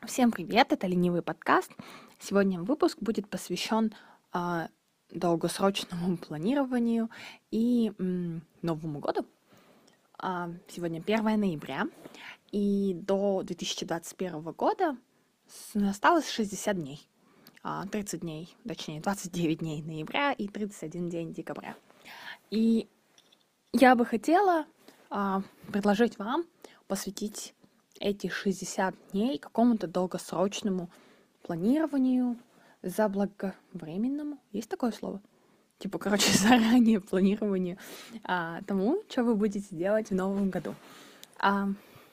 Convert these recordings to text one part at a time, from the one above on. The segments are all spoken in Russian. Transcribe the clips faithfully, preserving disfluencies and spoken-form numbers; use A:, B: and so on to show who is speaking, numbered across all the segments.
A: Всем привет, это ленивый подкаст. Сегодня выпуск будет посвящен а, долгосрочному планированию и м, Новому году. А, сегодня первое ноября, и до две тысячи двадцать первого года с- осталось шестьдесят дней. А, тридцать дней, точнее двадцать девять дней ноября и тридцать один день декабря. И я бы хотела а, предложить вам посвятить эти шестьдесят дней какому-то долгосрочному планированию, заблаговременному. Есть такое слово? Типа, короче, заранее планированию а, тому, что вы будете делать в новом году. А,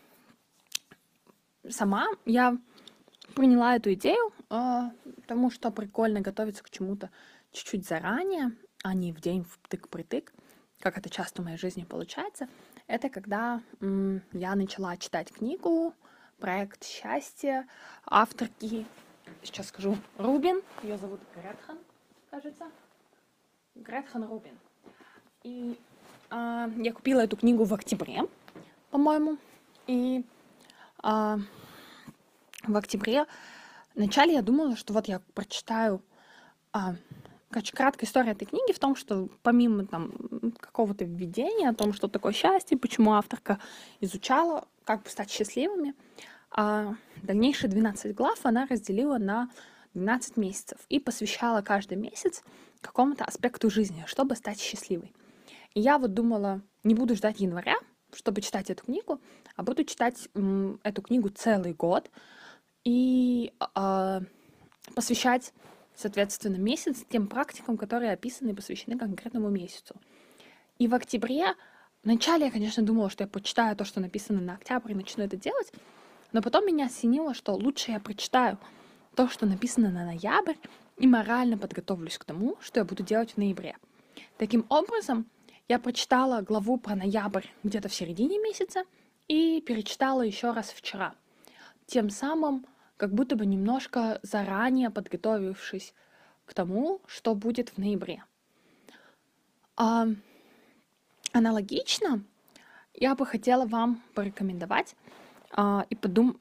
A: сама я приняла эту идею, а, потому что прикольно готовиться к чему-то чуть-чуть заранее, а не в день втык-притык, как это часто в моей жизни получается. Это когда м, я начала читать книгу «Проект счастья» авторки, сейчас скажу, Рубин, ее зовут Гретхен, кажется, Гретхен Рубин. И а, я купила эту книгу в октябре, по-моему, и а, в октябре вначале я думала, что вот я прочитаю... А, короче, краткая история этой книги в том, что помимо там какого-то введения о том, что такое счастье, почему авторка изучала, как бы стать счастливыми, а дальнейшие двенадцать глав она разделила на двенадцать месяцев и посвящала каждый месяц какому-то аспекту жизни, чтобы стать счастливой. И я вот думала, не буду ждать января, чтобы читать эту книгу, а буду читать м, эту книгу целый год и а, посвящать, соответственно, месяц тем практикам, которые описаны и посвящены конкретному месяцу. И в октябре, вначале я, конечно, думала, что я почитаю то, что написано на октябрь, и начну это делать, но потом меня осенило, что лучше я прочитаю то, что написано на ноябрь, и морально подготовлюсь к тому, что я буду делать в ноябре. Таким образом, я прочитала главу про ноябрь где-то в середине месяца и перечитала еще раз вчера. Тем самым, как будто бы немножко заранее подготовившись к тому, что будет в ноябре. А, аналогично я бы хотела вам порекомендовать а, и подум...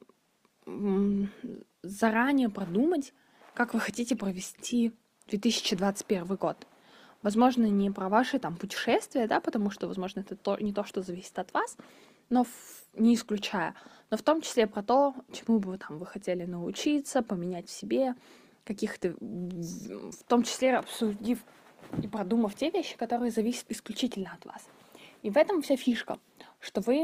A: заранее продумать, как вы хотите провести две тысячи двадцать первый год. Возможно, не про ваши там путешествия, да, потому что, возможно, это то, не то, что зависит от вас, но в, не исключая, но в том числе про то, чему бы вы там вы хотели научиться, поменять в себе, каких-то, в том числе обсудив и продумав те вещи, которые зависят исключительно от вас. И в этом вся фишка, что вы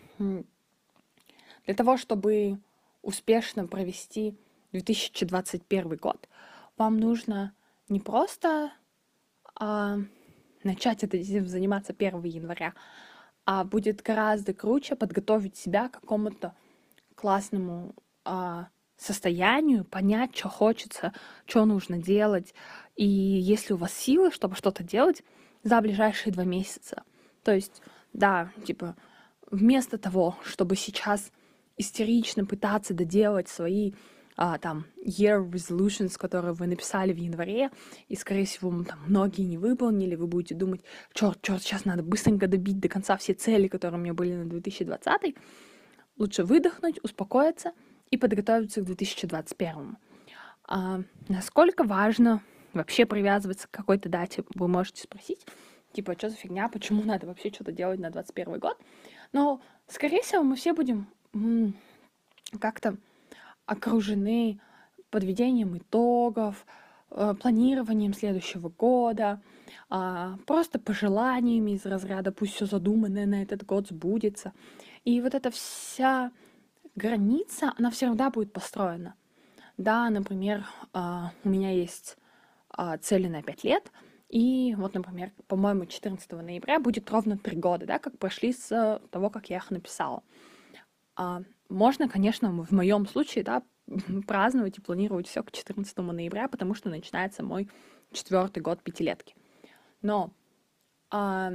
A: для того, чтобы успешно провести две тысячи двадцать первый год, вам нужно не просто а, начать этим заниматься первого января, а будет гораздо круче подготовить себя к какому-то классному а, состоянию, понять, что хочется, что нужно делать, и есть ли у вас силы, чтобы что-то делать за ближайшие два месяца. То есть, да, типа, вместо того, чтобы сейчас истерично пытаться доделать свои а, там year resolutions, которые вы написали в январе, и, скорее всего, там, многие не выполнили, вы будете думать, черт, черт, сейчас надо быстренько добить до конца все цели, которые у меня были на две тысячи двадцатый. Лучше выдохнуть, успокоиться и подготовиться к две тысячи двадцать первому. А, насколько важно вообще привязываться к какой-то дате, вы можете спросить, типа, что за фигня, почему надо вообще что-то делать на двадцать первый год. Но, скорее всего, мы все будем м- как-то окружены подведением итогов, э, планированием следующего года, а, просто пожеланиями из разряда «пусть все задуманное на этот год сбудется». И вот эта вся граница, она всегда будет построена. Да, например, а, у меня есть а, цели на пять лет, и вот, например, по-моему, четырнадцатого ноября будет ровно три года, да, как прошли с того, как я их написала. А, можно, конечно, в моем случае, да, праздновать и планировать все к четырнадцатому ноября, потому что начинается мой четвертый год пятилетки. Но, а,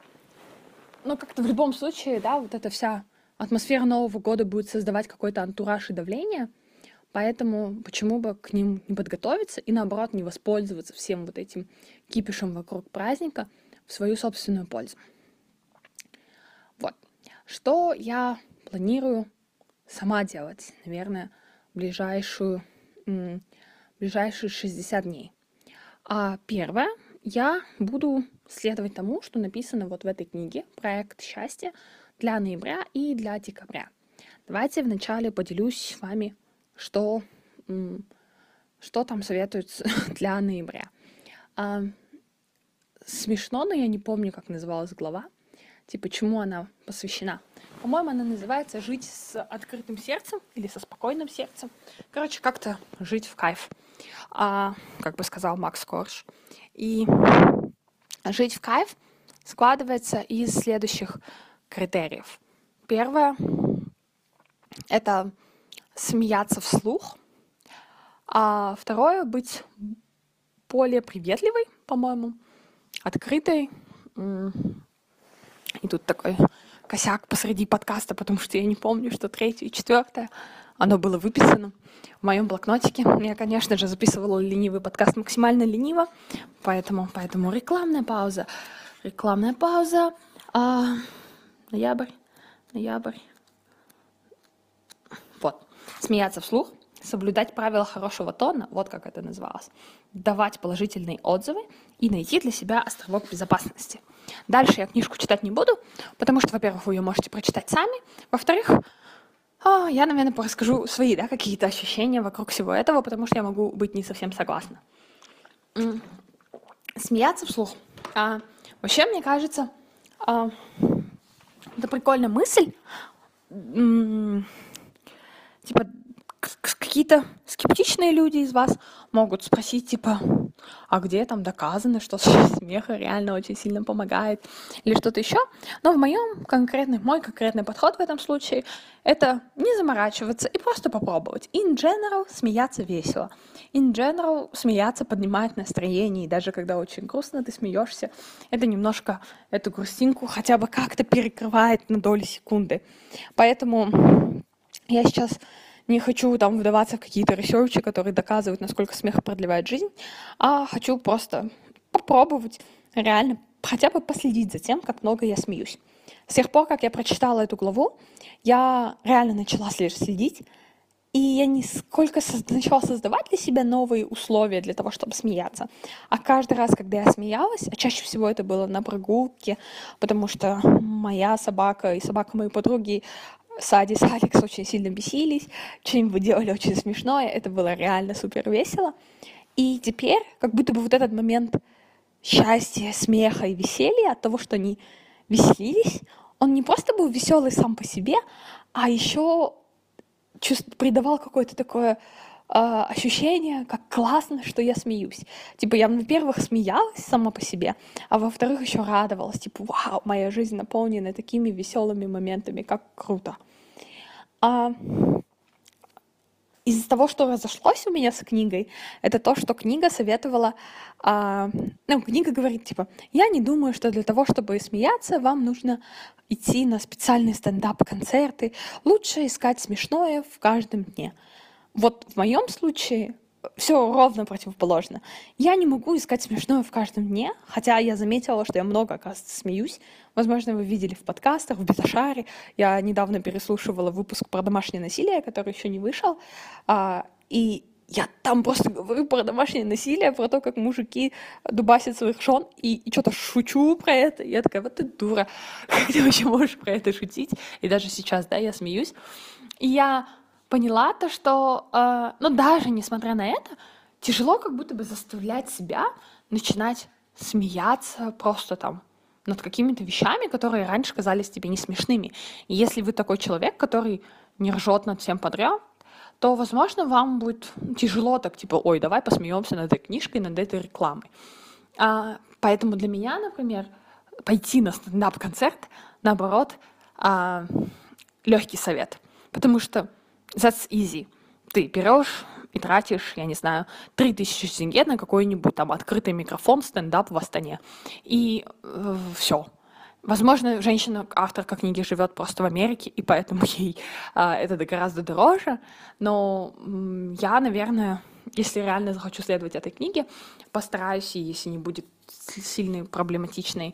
A: ну, как-то в любом случае, да, вот эта вся атмосфера Нового года будет создавать какой-то антураж и давление, поэтому почему бы к ним не подготовиться и, наоборот, не воспользоваться всем вот этим кипишем вокруг праздника в свою собственную пользу. Вот. Что я планирую сама делать, наверное, ближайшую, м, ближайшие шестьдесят дней. А первое, я буду следовать тому, что написано вот в этой книге «Проект счастья» для ноября и для декабря. Давайте вначале поделюсь с вами, что, м, что там советуется для ноября. А, смешно, но я не помню, как называлась глава, типа, чему она посвящена. По-моему, она называется «Жить с открытым сердцем» или «Со спокойным сердцем». Короче, как-то жить в кайф, а, как бы сказал Макс Корж. И жить в кайф складывается из следующих критериев. Первое — это смеяться вслух. А второе — быть более приветливой, по-моему, открытой. И тут такой косяк посреди подкаста, потому что я не помню, что третье и четвертое. Оно было выписано в моем блокнотике. Я, конечно же, записывала ленивый подкаст максимально лениво, поэтому, поэтому рекламная пауза. Рекламная пауза. А, ноябрь, ноябрь. Вот. Смеяться вслух, соблюдать правила хорошего тона, вот как это называлось, давать положительные отзывы и найти для себя островок безопасности. Дальше я книжку читать не буду, потому что, во-первых, вы ее можете прочитать сами, во-вторых, а, я, наверное, расскажу свои, да, какие-то ощущения вокруг всего этого, потому что я могу быть не совсем согласна. М, Смеяться вслух. А, вообще, мне кажется, а, это прикольная мысль. М, Типа, к- к- какие-то скептичные люди из вас могут спросить, типа, а где там доказано, что смех реально очень сильно помогает, или что-то еще. Но в моем конкретный, мой конкретный подход в этом случае — это не заморачиваться и просто попробовать. In general, смеяться весело. In general, смеяться поднимает настроение, и даже когда очень грустно, ты смеешься, это немножко эту грустинку хотя бы как-то перекрывает на доли секунды. Поэтому я сейчас не хочу там вдаваться в какие-то ресерчи, которые доказывают, насколько смех продлевает жизнь, а хочу просто попробовать реально хотя бы последить за тем, как много я смеюсь. С тех пор, как я прочитала эту главу, я реально начала следить, и я не сколько соз- начала создавать для себя новые условия для того, чтобы смеяться. А каждый раз, когда я смеялась, а чаще всего это было на прогулке, потому что моя собака и собака моей подруги Сади с Алекс очень сильно бесились, что-нибудь делали очень смешное, это было реально супер весело. И теперь, как будто бы вот этот момент счастья, смеха и веселья от того, что они веселились, он не просто был веселый сам по себе, а еще чувств- придавал какое-то такое а, ощущение, как классно, что я смеюсь. Типа я, во-первых, смеялась сама по себе, а во-вторых, еще радовалась. Типа, вау, моя жизнь наполнена такими веселыми моментами, как круто. А из того, что разошлось у меня с книгой, это то, что книга советовала, а, ну, книга говорит, типа, я не думаю, что для того, чтобы смеяться, вам нужно идти на специальные стендап-концерты, лучше искать смешное в каждом дне. Вот в моем случае все ровно противоположно. Я не могу искать смешное в каждом дне, хотя я заметила, что я много, оказывается, смеюсь. Возможно, вы видели в подкастах, в Беташаре. Я недавно переслушивала выпуск про домашнее насилие, который еще не вышел. А, и я там просто говорю про домашнее насилие, про то, как мужики дубасят своих жен, и, и что-то шучу про это. И я такая, вот ты дура, как ты вообще можешь про это шутить? И даже сейчас, да, я смеюсь. И я поняла то, что, э, ну, даже несмотря на это, тяжело как будто бы заставлять себя начинать смеяться просто там над какими-то вещами, которые раньше казались тебе не смешными. И если вы такой человек, который не ржет над всем подряд, то, возможно, вам будет тяжело так, типа, ой, давай посмеемся над этой книжкой, над этой рекламой. А, поэтому для меня, например, пойти на стендап-концерт, наоборот, а, легкий совет. Потому что that's easy. Ты берешь и тратишь, я не знаю, три тысячи тенге на какой-нибудь там открытый микрофон, стендап в Астане. И э, все. Возможно, женщина-авторка книги живет просто в Америке, и поэтому ей а, это гораздо дороже. Но м, я, наверное, если реально захочу следовать этой книге, постараюсь, и если не будет с- сильной, проблематичной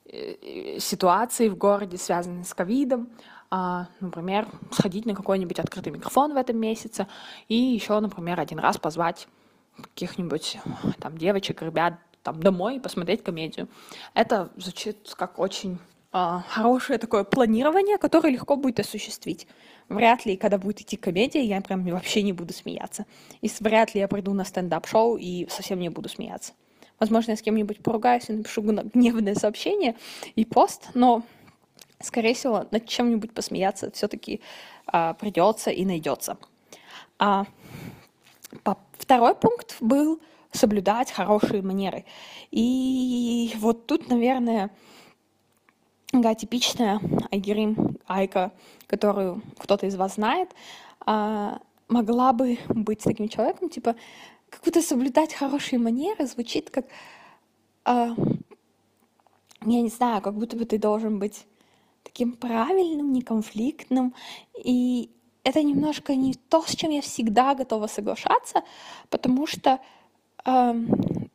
A: э, ситуации в городе, связанные с ковидом. А, например, сходить на какой-нибудь открытый микрофон в этом месяце и еще, например, один раз позвать каких-нибудь там девочек, ребят там домой и посмотреть комедию. Это звучит как очень а, хорошее такое планирование, которое легко будет осуществить. Вряд ли, когда будет идти комедия, я прям вообще не буду смеяться. И вряд ли я приду на стендап-шоу и совсем не буду смеяться. Возможно, я с кем-нибудь поругаюсь и напишу гневное сообщение и пост, но, скорее всего, над чем-нибудь посмеяться все-таки а, придется и найдется. А, по- второй пункт был соблюдать хорошие манеры. И вот тут, наверное, такая типичная Айгерим Айка, которую кто-то из вас знает, а, могла бы быть таким человеком, типа, как будто соблюдать хорошие манеры звучит как, а, я не знаю, как будто бы ты должен быть таким правильным, неконфликтным, и это немножко не то, с чем я всегда готова соглашаться, потому что эм,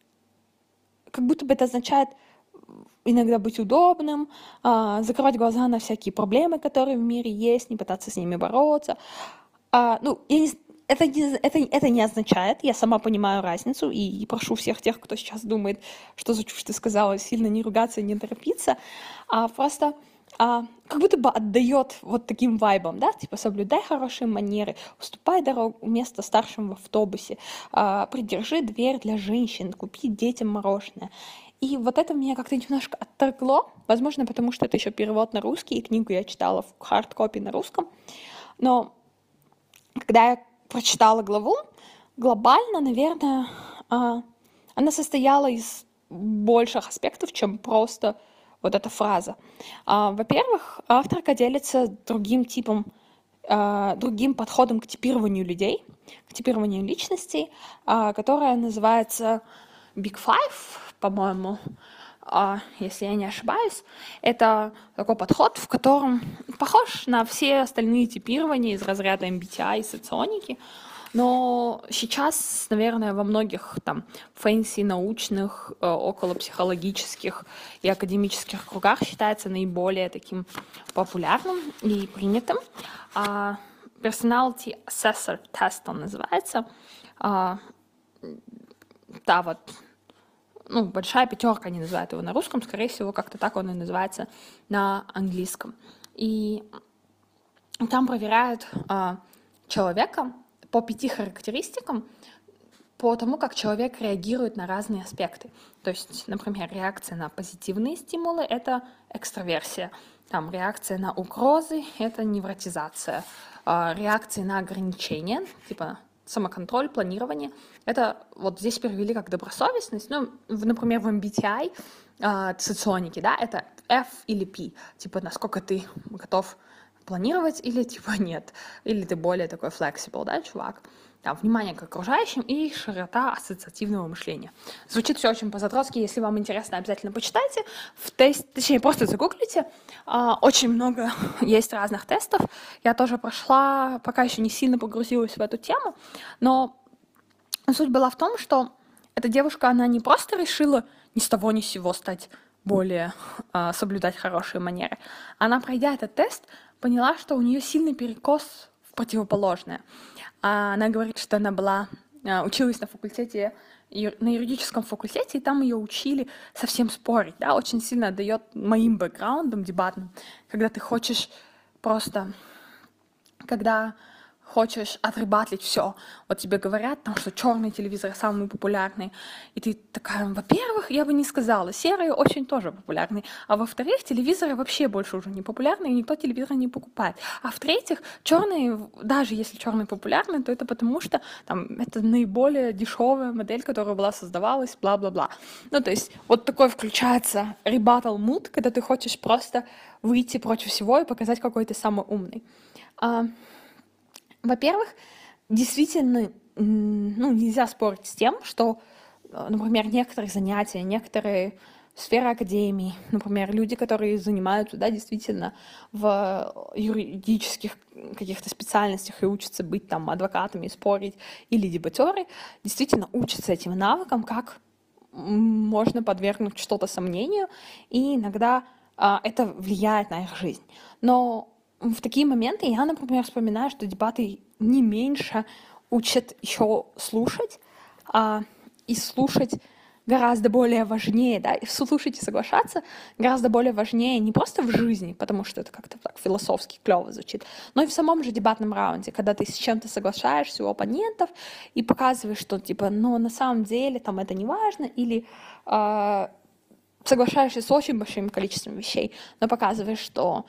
A: как будто бы это означает иногда быть удобным, а, закрывать глаза на всякие проблемы, которые в мире есть, не пытаться с ними бороться. А, ну, я не, это, не, это, это не означает, я сама понимаю разницу, и, и прошу всех тех, кто сейчас думает, что за чушь ты сказала, сильно не ругаться и не торопиться, а просто а, как будто бы отдает вот таким вайбом, да, типа соблюдай хорошие манеры, уступай дорогу место старшим в автобусе, а, придержи дверь для женщин, купи детям мороженое. И вот это меня как-то немножко отторгло, возможно, потому что это еще перевод на русский, и книгу я читала в хардкопе на русском, но когда я прочитала главу, глобально, наверное, а, она состояла из больших аспектов, чем просто вот эта фраза. А, Во-первых, авторка делится другим типом, а, другим подходом к типированию людей, к типированию личностей, а, которая называется Big Five, по-моему, а, если я не ошибаюсь. Это такой подход, в котором похож на все остальные типирования из разряда эм би ти ай и соционики, но сейчас, наверное, во многих там фэнси, научных, э, околопсихологических и академических кругах считается наиболее таким популярным и принятым. А, Personality Assessor Test он называется. А, да, вот, ну, большая пятерка, они называют его на русском, скорее всего, как-то так он и называется на английском. И там проверяют а, человека по пяти характеристикам, по тому, как человек реагирует на разные аспекты. То есть, например, реакция на позитивные стимулы — это экстраверсия. Там реакция на угрозы — это невротизация. А, реакции на ограничения, типа самоконтроль, планирование — это вот здесь перевели как добросовестность. Ну, в, например, в эм би ти ай, а, соционики, да, это F или P. Типа, насколько ты готов планировать или типа нет. Или ты более такой flexible, да, чувак. Там, внимание к окружающим и широта ассоциативного мышления. Звучит все очень по-задротски. Если вам интересно, обязательно почитайте. В тест, точнее, просто загуглите. А, очень много есть разных тестов. Я тоже прошла, пока еще не сильно погрузилась в эту тему. Но суть была в том, что эта девушка, она не просто решила ни с того ни с сего стать более а, соблюдать хорошие манеры. Она, пройдя этот тест, поняла, что у нее сильный перекос в противоположное. А она говорит, что она была, а, училась на факультете, ю- на юридическом факультете, и там ее учили совсем спорить, да, очень сильно отдает моим бэкграундам дебатным, когда ты хочешь просто, когда хочешь отрыбатлить все. Вот тебе говорят, там, что черный телевизор самый популярный, и ты такая, во-первых, я бы не сказала, серые очень тоже популярны, а во-вторых, телевизоры вообще больше уже не популярны, и никто телевизор не покупает. А в-третьих, черные, даже если черные популярны, то это потому, что там это наиболее дешевая модель, которая была создавалась, бла-бла-бла. Ну, то есть вот такой включается rebuttal mood, когда ты хочешь просто выйти против всего и показать, какой ты самый умный. А, Во-первых, действительно, м, ну, нельзя спорить с тем, что, э, например, некоторые занятия, некоторые сферы академии, например, люди, которые занимаются, да, действительно в юридических каких-то специальностях и учатся быть там адвокатами, спорить, или дебатеры, действительно учатся этим навыкам, как можно подвергнуть что-то сомнению, и иногда а, это влияет на их жизнь. Но в такие моменты я, например, вспоминаю, что дебаты не меньше учат еще слушать, а, и слушать гораздо более важнее, да, и слушать и соглашаться гораздо более важнее не просто в жизни, потому что это как-то так философски клево звучит, но и в самом же дебатном раунде, когда ты с чем-то соглашаешься у оппонентов и показываешь, что типа, ну, на самом деле там это не важно, или э, соглашаешься с очень большим количеством вещей, но показываешь, что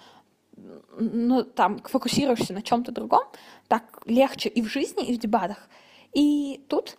A: ну, там, фокусируешься на чем-то другом, так легче и в жизни, и в дебатах. И тут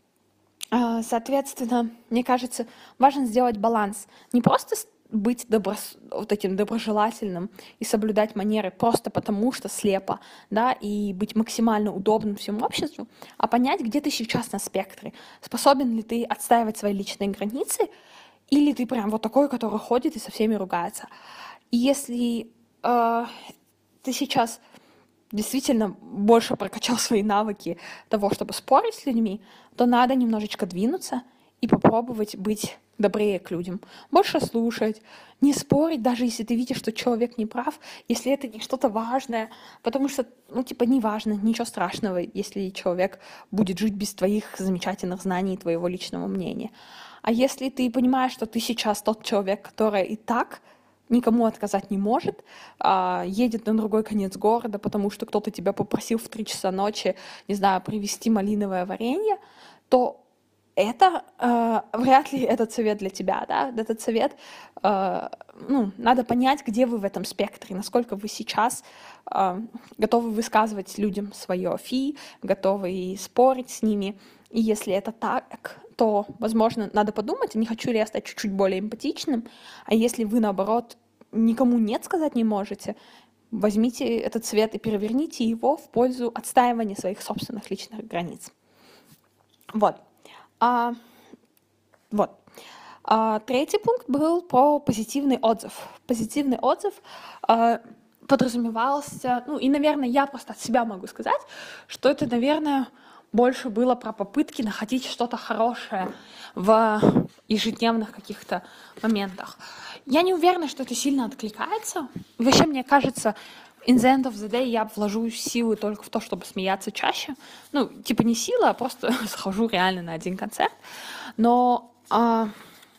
A: соответственно, мне кажется, важно сделать баланс. Не просто быть добро... вот этим доброжелательным и соблюдать манеры просто потому, что слепо, да, и быть максимально удобным всему обществу, а понять, где ты сейчас на спектре. Способен ли ты отстаивать свои личные границы, или ты прям вот такой, который ходит и со всеми ругается. И если э, ты сейчас действительно больше прокачал свои навыки того, чтобы спорить с людьми, то надо немножечко двинуться и попробовать быть добрее к людям, больше слушать, не спорить, даже если ты видишь, что человек не прав, если это не что-то важное, потому что, ну, типа, не важно, ничего страшного, если человек будет жить без твоих замечательных знаний и твоего личного мнения. А если ты понимаешь, что ты сейчас тот человек, который и так никому отказать не может, а, едет на другой конец города, потому что кто-то тебя попросил в три часа ночи, не знаю, привезти малиновое варенье, то это э, вряд ли этот совет для тебя, да, этот совет, э, ну, надо понять, где вы в этом спектре, насколько вы сейчас э, готовы высказывать людям свое фи, готовы спорить с ними, и если это так, то, возможно, надо подумать, не хочу ли я стать чуть-чуть более эмпатичным, а если вы, наоборот, никому нет сказать не можете, возьмите этот совет и переверните его в пользу отстаивания своих собственных личных границ. Вот. А, вот. А, третий пункт был про позитивный отзыв. Позитивный отзыв а, подразумевался, ну и, наверное, я просто от себя могу сказать, что это, наверное, больше было про попытки находить что-то хорошее в ежедневных каких-то моментах. Я не уверена, что это сильно откликается. И вообще, мне кажется, in the end of the day я вложу силы только в то, чтобы смеяться чаще. Ну, типа не сила, а просто схожу реально на один концерт. Но а,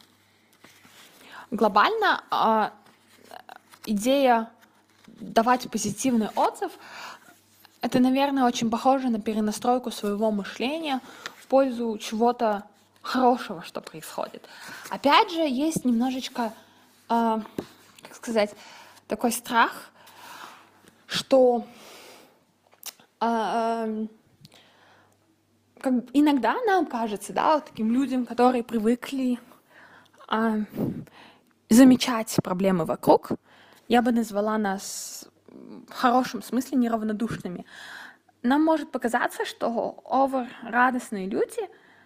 A: глобально а, идея давать позитивный отзыв — это, наверное, очень похоже на перенастройку своего мышления в пользу чего-то хорошего, что происходит. Опять же, есть немножечко, э, как сказать, такой страх, что э, э, как иногда нам кажется, да, вот таким людям, которые привыкли э, замечать проблемы вокруг, я бы назвала нас в хорошем смысле неравнодушными. Нам может показаться, что овер-радостные люди,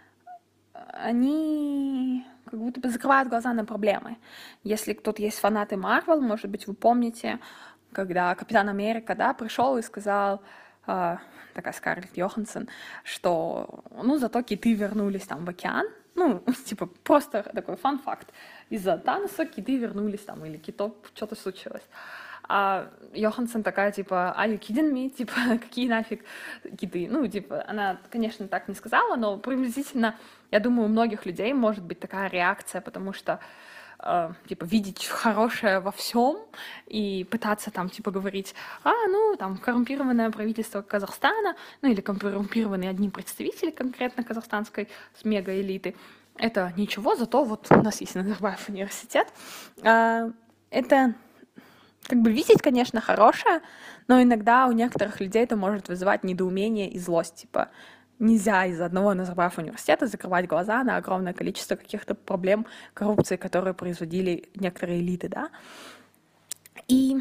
A: они как будто бы закрывают глаза на проблемы. Если кто-то есть фанаты Марвел, может быть, вы помните, когда Капитан Америка, да, пришел и сказал, э, такая Скарлетт Йоханссон, что, ну, зато киты вернулись там в океан. Ну, типа, просто такой фан-факт. Из-за Таноса киты вернулись там, или китов что-то случилось. А Йоханссон такая, типа, are you kidding me? Типа, какие нафиг киты? Ну, типа, она, конечно, так не сказала, но приблизительно, я думаю, у многих людей может быть такая реакция, потому что, э, типа, видеть хорошее во всем и пытаться там, типа, говорить, а, ну, там, коррумпированное правительство Казахстана, ну, или коррумпированные одни представители конкретно казахстанской мегаэлиты, это ничего, зато вот у нас есть Назарбаев университет. Э, это... Как бы видеть, конечно, хорошее, но иногда у некоторых людей это может вызывать недоумение и злость. Типа, нельзя из одного Назарбаев университета закрывать глаза на огромное количество каких-то проблем коррупции, которые производили некоторые элиты, да. И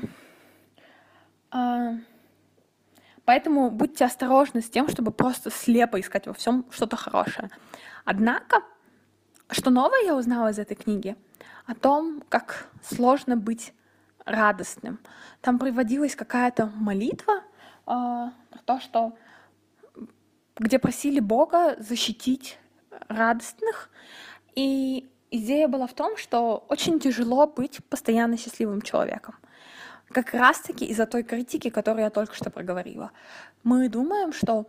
A: э, поэтому будьте осторожны с тем, чтобы просто слепо искать во всем что-то хорошее. Однако, что новое я узнала из этой книги? О том, как сложно быть радостным. Там приводилась какая-то молитва, э, про то, что где просили Бога защитить радостных И идея была в том, что очень тяжело быть постоянно счастливым человеком. Как раз-таки из-за той критики, которую я только что проговорила. Мы думаем, что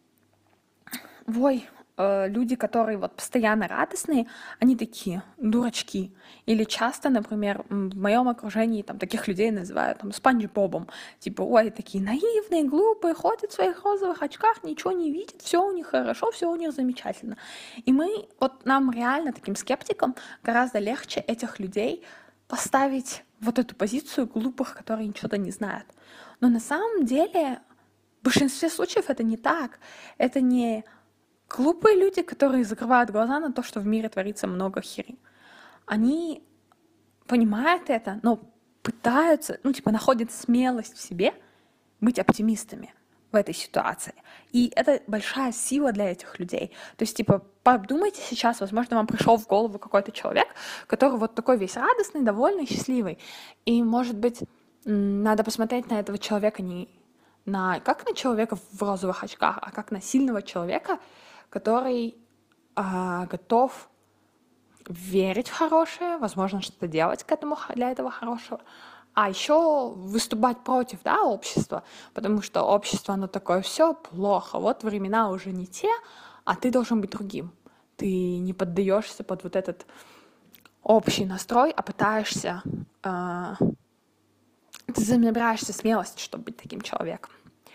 A: ой, э, люди, которые вот постоянно радостные, они такие дурачки. Или часто, например, м, в моем окружении там таких людей называют там Спанч Бобом. Типа, ой, такие наивные, глупые, ходят в своих розовых очках, ничего не видят, все у них хорошо, все у них замечательно. И мы, вот нам реально, таким скептикам, гораздо легче этих людей поставить вот эту позицию глупых, которые что-то не знают. Но на самом деле в большинстве случаев это не так. Это не глупые люди, которые закрывают глаза на то, что в мире творится много херни. Они понимают это, но пытаются, ну, типа, находят смелость в себе быть оптимистами в этой ситуации. И это большая сила для этих людей. То есть, типа, подумайте сейчас, возможно, вам пришел в голову какой-то человек, который вот такой весь радостный, довольный, счастливый. И, может быть, надо посмотреть на этого человека не на как на человека в розовых очках, а как на сильного человека, который а, готов верить в хорошее, возможно, что-то делать к этому для этого хорошего, а еще выступать против, да, общества, потому что общество, оно такое, все плохо, вот времена уже не те, а ты должен быть другим. Ты не поддаешься под вот этот общий настрой, а пытаешься, э, ты набираешься смелости, чтобы быть таким человеком.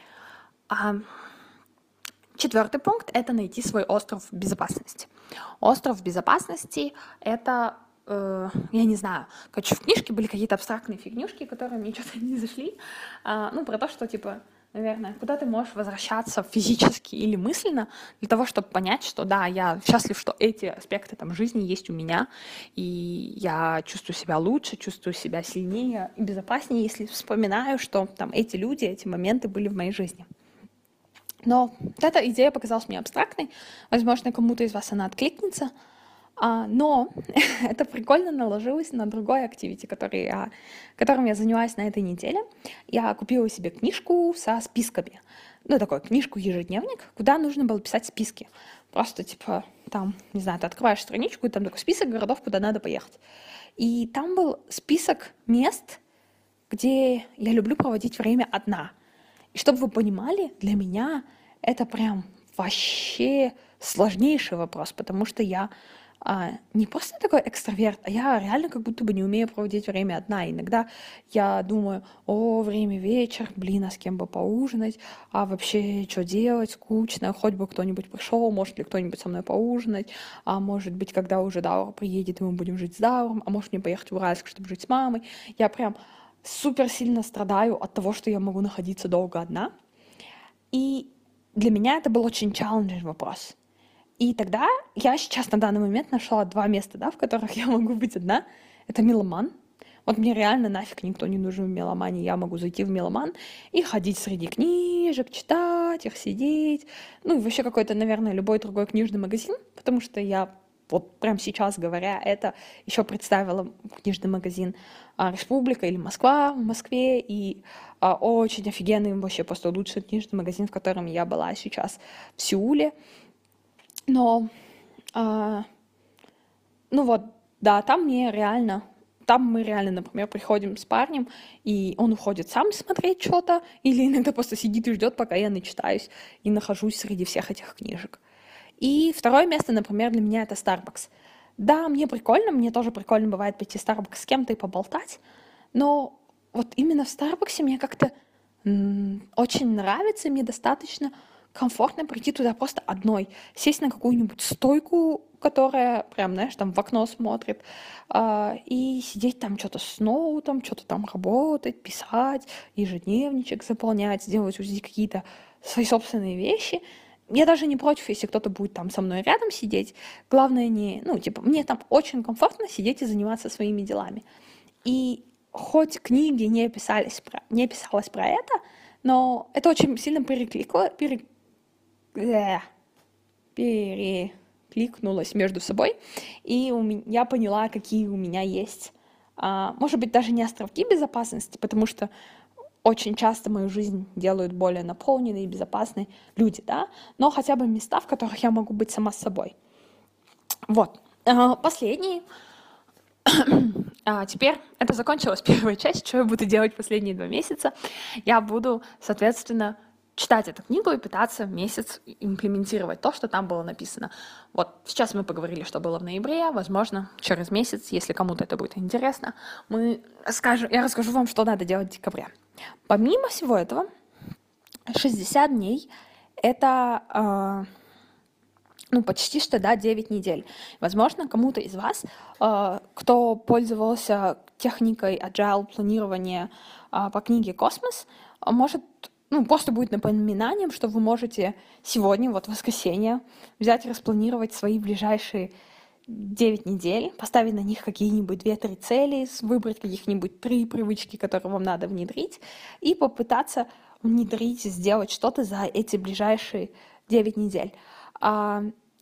A: А четвертый пункт — это найти свой остров безопасности. Остров безопасности — это, э, я не знаю, короче, в книжке были какие-то абстрактные фигнюшки, которые мне что-то не зашли, а, ну, про то, что, типа, наверное, куда ты можешь возвращаться физически или мысленно для того, чтобы понять, что да, я счастлив, что эти аспекты там жизни есть у меня, и я чувствую себя лучше, чувствую себя сильнее и безопаснее, если вспоминаю, что там эти люди, эти моменты были в моей жизни. Но вот эта идея показалась мне абстрактной. Возможно, кому-то из вас она откликнется. А, но это прикольно наложилось на другой активити, который я, которым я занималась на этой неделе. Я купила себе книжку со списками. Ну, такую книжку-ежедневник, куда нужно было писать списки. Просто, типа, там, не знаю, ты открываешь страничку, и там такой список городов, куда надо поехать. И там был список мест, где я люблю проводить время одна. И чтобы вы понимали, для меня это прям вообще сложнейший вопрос, потому что я а, не просто такой экстраверт, а я реально как будто бы не умею проводить время одна. Иногда я думаю, о, время вечер, блин, а с кем бы поужинать, а вообще что делать, скучно, хоть бы кто-нибудь пришел, может ли кто-нибудь со мной поужинать, а может быть, когда уже Даур приедет, и мы будем жить с Дауром, а может мне поехать в Уральск, чтобы жить с мамой. Я прям супер сильно страдаю от того, что я могу находиться долго одна. И для меня это был очень челленджный вопрос. И тогда я сейчас на данный момент нашла два места, да, в которых я могу быть одна. Это Меломан. Вот мне реально нафиг никто не нужен в Меломане. Я могу зайти в Меломан и ходить среди книжек, читать их, сидеть. Ну и вообще какой-то, наверное, любой другой книжный магазин, потому что я вот прямо сейчас, говоря это, еще представила книжный магазин а, «Республика» или «Москва» в Москве, и а, очень офигенный, вообще просто лучший книжный магазин, в котором я была сейчас в Сеуле. Но, а, ну вот, да, там мне реально, там мы реально, например, приходим с парнем, и он уходит сам смотреть что-то, или иногда просто сидит и ждет, пока я начитаюсь и нахожусь среди всех этих книжек. И второе место, например, для меня это Starbucks. Да, мне прикольно, мне тоже прикольно бывает пойти в Starbucks с кем-то и поболтать, но вот именно в Starbucks мне как-то м, очень нравится, мне достаточно комфортно прийти туда просто одной, сесть на какую-нибудь стойку, которая прям, знаешь, там в окно смотрит, а, и сидеть там что-то с ноутом, что-то там работать, писать, ежедневничек заполнять, делать вот здесь какие-то свои собственные вещи. Я даже не против, если кто-то будет там со мной рядом сидеть. Главное не, ну, типа, мне там очень комфортно сидеть и заниматься своими делами. И хоть книги не писались про, не писалось про это, но это очень сильно перекликло, пере, э, перекликнулось между собой, и у меня, я поняла, какие у меня есть, а, может быть, даже не островки безопасности, потому что очень часто мою жизнь делают более наполненной и безопасной люди, да, но хотя бы места, в которых я могу быть сама собой. Вот. А, Последний. А теперь это закончилась первая часть, что я буду делать последние два месяца. Я буду, соответственно, читать эту книгу и пытаться месяц имплементировать то, что там было написано. Вот сейчас мы поговорили, что было в ноябре. Возможно, через месяц, если кому-то это будет интересно, мы скажем, я расскажу вам, что надо делать в декабре. Помимо всего этого, шестьдесят дней — это э, ну, почти что, да, девять недель. Возможно, кому-то из вас, э, кто пользовался техникой agile планирования э, по книге «Космос», э, может, ну, просто будет напоминанием, что вы можете сегодня, вот в воскресенье, взять и распланировать свои ближайшие девять недель, поставить на них какие-нибудь две-три цели, выбрать каких-нибудь три привычки, которые вам надо внедрить, и попытаться внедрить, сделать что-то за эти ближайшие девять недель. А,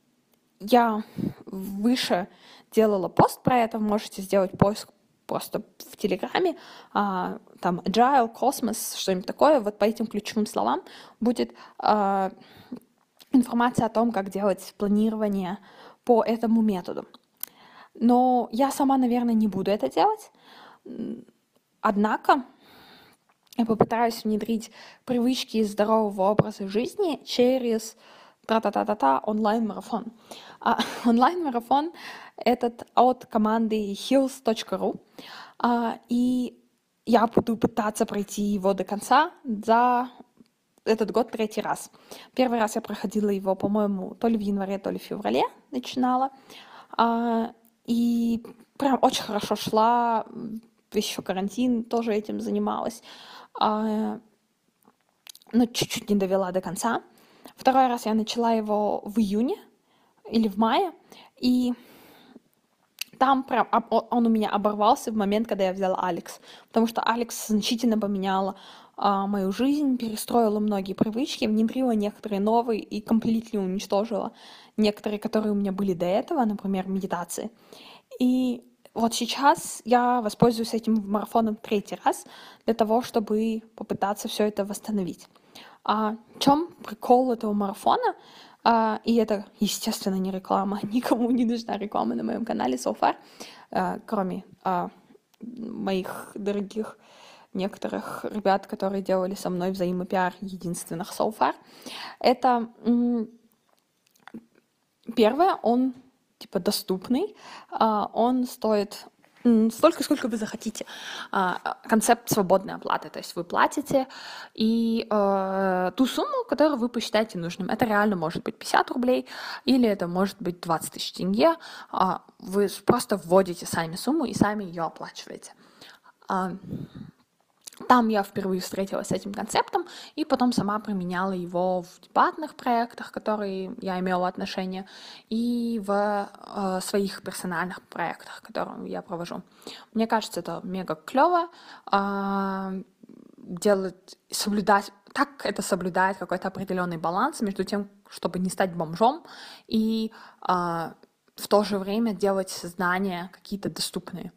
A: я выше делала пост про это, можете сделать поиск просто в Телеграме, а, там Agile, Космос, что-нибудь такое, вот по этим ключевым словам будет а, информация о том, как делать планирование по этому методу. Но я сама, наверное, не буду это делать. Однако я попытаюсь внедрить привычки здорового образа жизни через тра-та-та-та-та онлайн-марафон. А, онлайн-марафон этот от команды heals точка ру. А, и я буду пытаться пройти его до конца за этот год третий раз. Первый раз я проходила его, по-моему, то ли в январе, то ли в феврале начинала. А, и прям очень хорошо шла. Еще карантин, тоже этим занималась. А, но чуть-чуть не довела до конца. Второй раз я начала его в июне или в мае, и там прям он у меня оборвался в момент, когда я взяла Алекс, потому что Алекс значительно поменяла а, мою жизнь, перестроила многие привычки, внедрила некоторые новые и компletely уничтожила некоторые, которые у меня были до этого, например, медитации. И вот сейчас я воспользуюсь этим марафоном третий раз для того, чтобы попытаться все это восстановить. А в чем прикол этого марафона? А, и это, естественно, не реклама. Никому не нужна реклама на моем канале so far, а, кроме а, моих дорогих некоторых ребят, которые делали со мной взаимопиар, единственных so far. Это м- первое, он типа доступный, а, он стоит столько, сколько вы захотите. А, концепт свободной оплаты, то есть вы платите и э, ту сумму, которую вы посчитаете нужным. Это реально может быть пятьдесят рублей или это может быть двадцать тысяч тенге. А, вы просто вводите сами сумму и сами ее оплачиваете. А, Там я впервые встретилась с этим концептом и потом сама применяла его в дебатных проектах, которые я имела отношение, и в э, своих персональных проектах, которые я провожу. Мне кажется, это мега клево. Э, делать, соблюдать, так это соблюдает какой-то определенный баланс между тем, чтобы не стать бомжом, и э, в то же время делать знания какие-то доступные.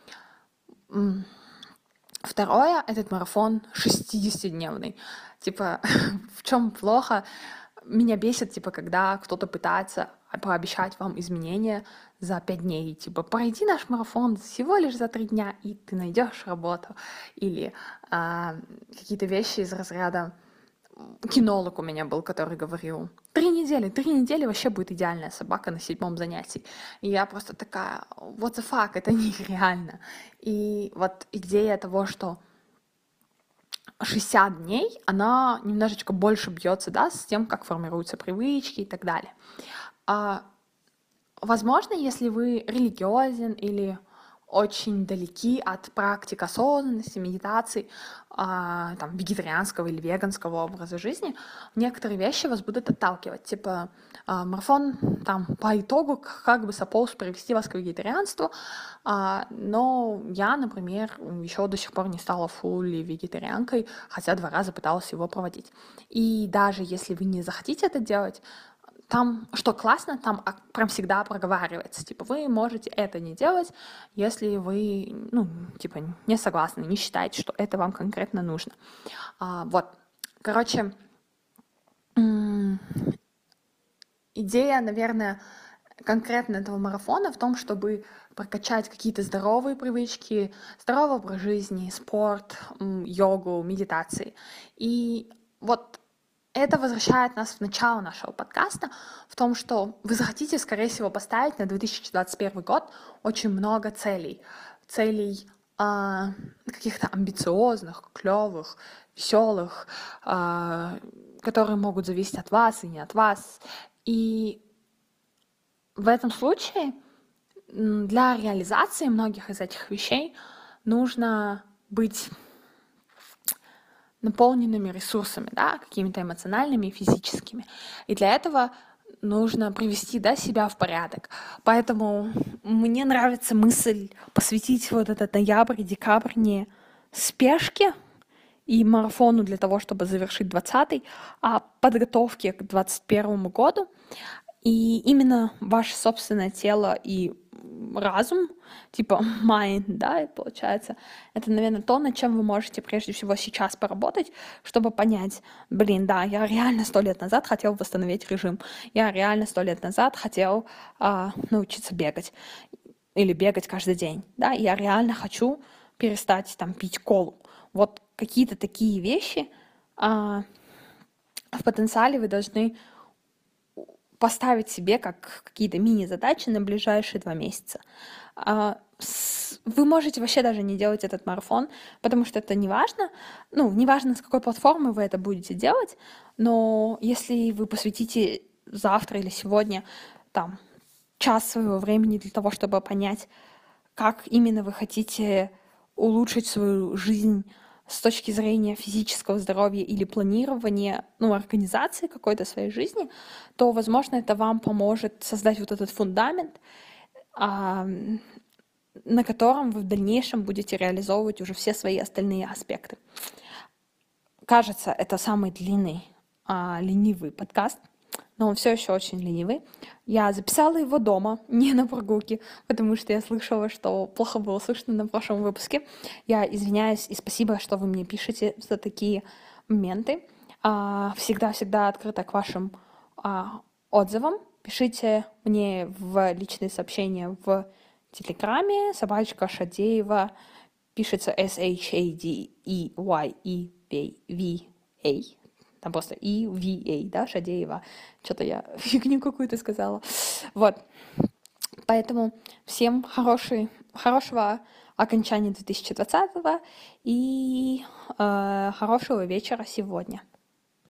A: Второе, этот марафон шестидесятидневный. Типа, в чем плохо? Меня бесит, типа, когда кто-то пытается пообещать вам изменения за пять дней. Типа, пройди наш марафон всего лишь за три дня, и ты найдешь работу. Или а, какие-то вещи из разряда... Кинолог у меня был, который говорил, три недели, три недели вообще будет идеальная собака на седьмом занятии. И я просто такая, what the fuck, это нереально. И вот идея того, что шестьдесят дней, она немножечко больше бьется, да, с тем, как формируются привычки и так далее. А, возможно, если вы религиозен или очень далеки от практик осознанности, медитации, а, там, вегетарианского или веганского образа жизни, некоторые вещи вас будут отталкивать. Типа а, марафон там по итогу как бы supposed привести вас к вегетарианству, а, но я, например, еще до сих пор не стала фулли вегетарианкой, хотя два раза пыталась его проводить. И даже если вы не захотите это делать, там, что классно, там прям всегда проговаривается, типа, вы можете это не делать, если вы, ну, типа, не согласны, не считаете, что это вам конкретно нужно. А, вот, короче, м- идея, наверное, конкретно этого марафона в том, чтобы прокачать какие-то здоровые привычки, здоровый образ жизни, спорт, м, йогу, медитации. И вот это возвращает нас в начало нашего подкаста, в том, что вы захотите, скорее всего, поставить на две тысячи двадцать первый год очень много целей. Целей а, каких-то амбициозных, клевых, веселых, а, которые могут зависеть от вас и не от вас. И в этом случае м, для реализации многих из этих вещей нужно быть наполненными ресурсами, да, какими-то эмоциональными и физическими. И для этого нужно привести, да, себя в порядок. Поэтому мне нравится мысль посвятить вот этот ноябрь и декабрь не спешке и марафону для того, чтобы завершить двадцатый, а подготовке к двадцать первому году. И именно ваше собственное тело и разум, типа mind, да, и получается, это, наверное, то, над чем вы можете прежде всего сейчас поработать, чтобы понять, блин, да, я реально сто лет назад хотел восстановить режим, я реально сто лет назад хотел а, научиться бегать или бегать каждый день, да, я реально хочу перестать там пить колу. Вот какие-то такие вещи а, в потенциале вы должны поставить себе как какие-то мини-задачи на ближайшие два месяца. А, с- Вы можете вообще даже не делать этот марафон, потому что это не важно. Ну, не важно, с какой платформы вы это будете делать, но если вы посвятите завтра или сегодня там час своего времени для того, чтобы понять, как именно вы хотите улучшить свою жизнь с точки зрения физического здоровья или планирования, ну, организации какой-то своей жизни, то, возможно, это вам поможет создать вот этот фундамент, а, на котором вы в дальнейшем будете реализовывать уже все свои остальные аспекты. Кажется, это самый длинный а, ленивый подкаст, но он все еще очень ленивый. Я записала его дома, не на прогулке, потому что я слышала, что плохо было слышно на прошлом выпуске. Я извиняюсь и спасибо, что вы мне пишете за такие моменты. А, Всегда-всегда открыта к вашим а, отзывам. Пишите мне в личные сообщения в Телеграме, собачка Шадеева, пишется S H A D E Y E V A. Там просто E V A, да, Шадеева. Что-то я фигню какую-то сказала. Вот. Поэтому всем хороший, хорошего окончания две тысячи двадцатого и э, хорошего вечера сегодня.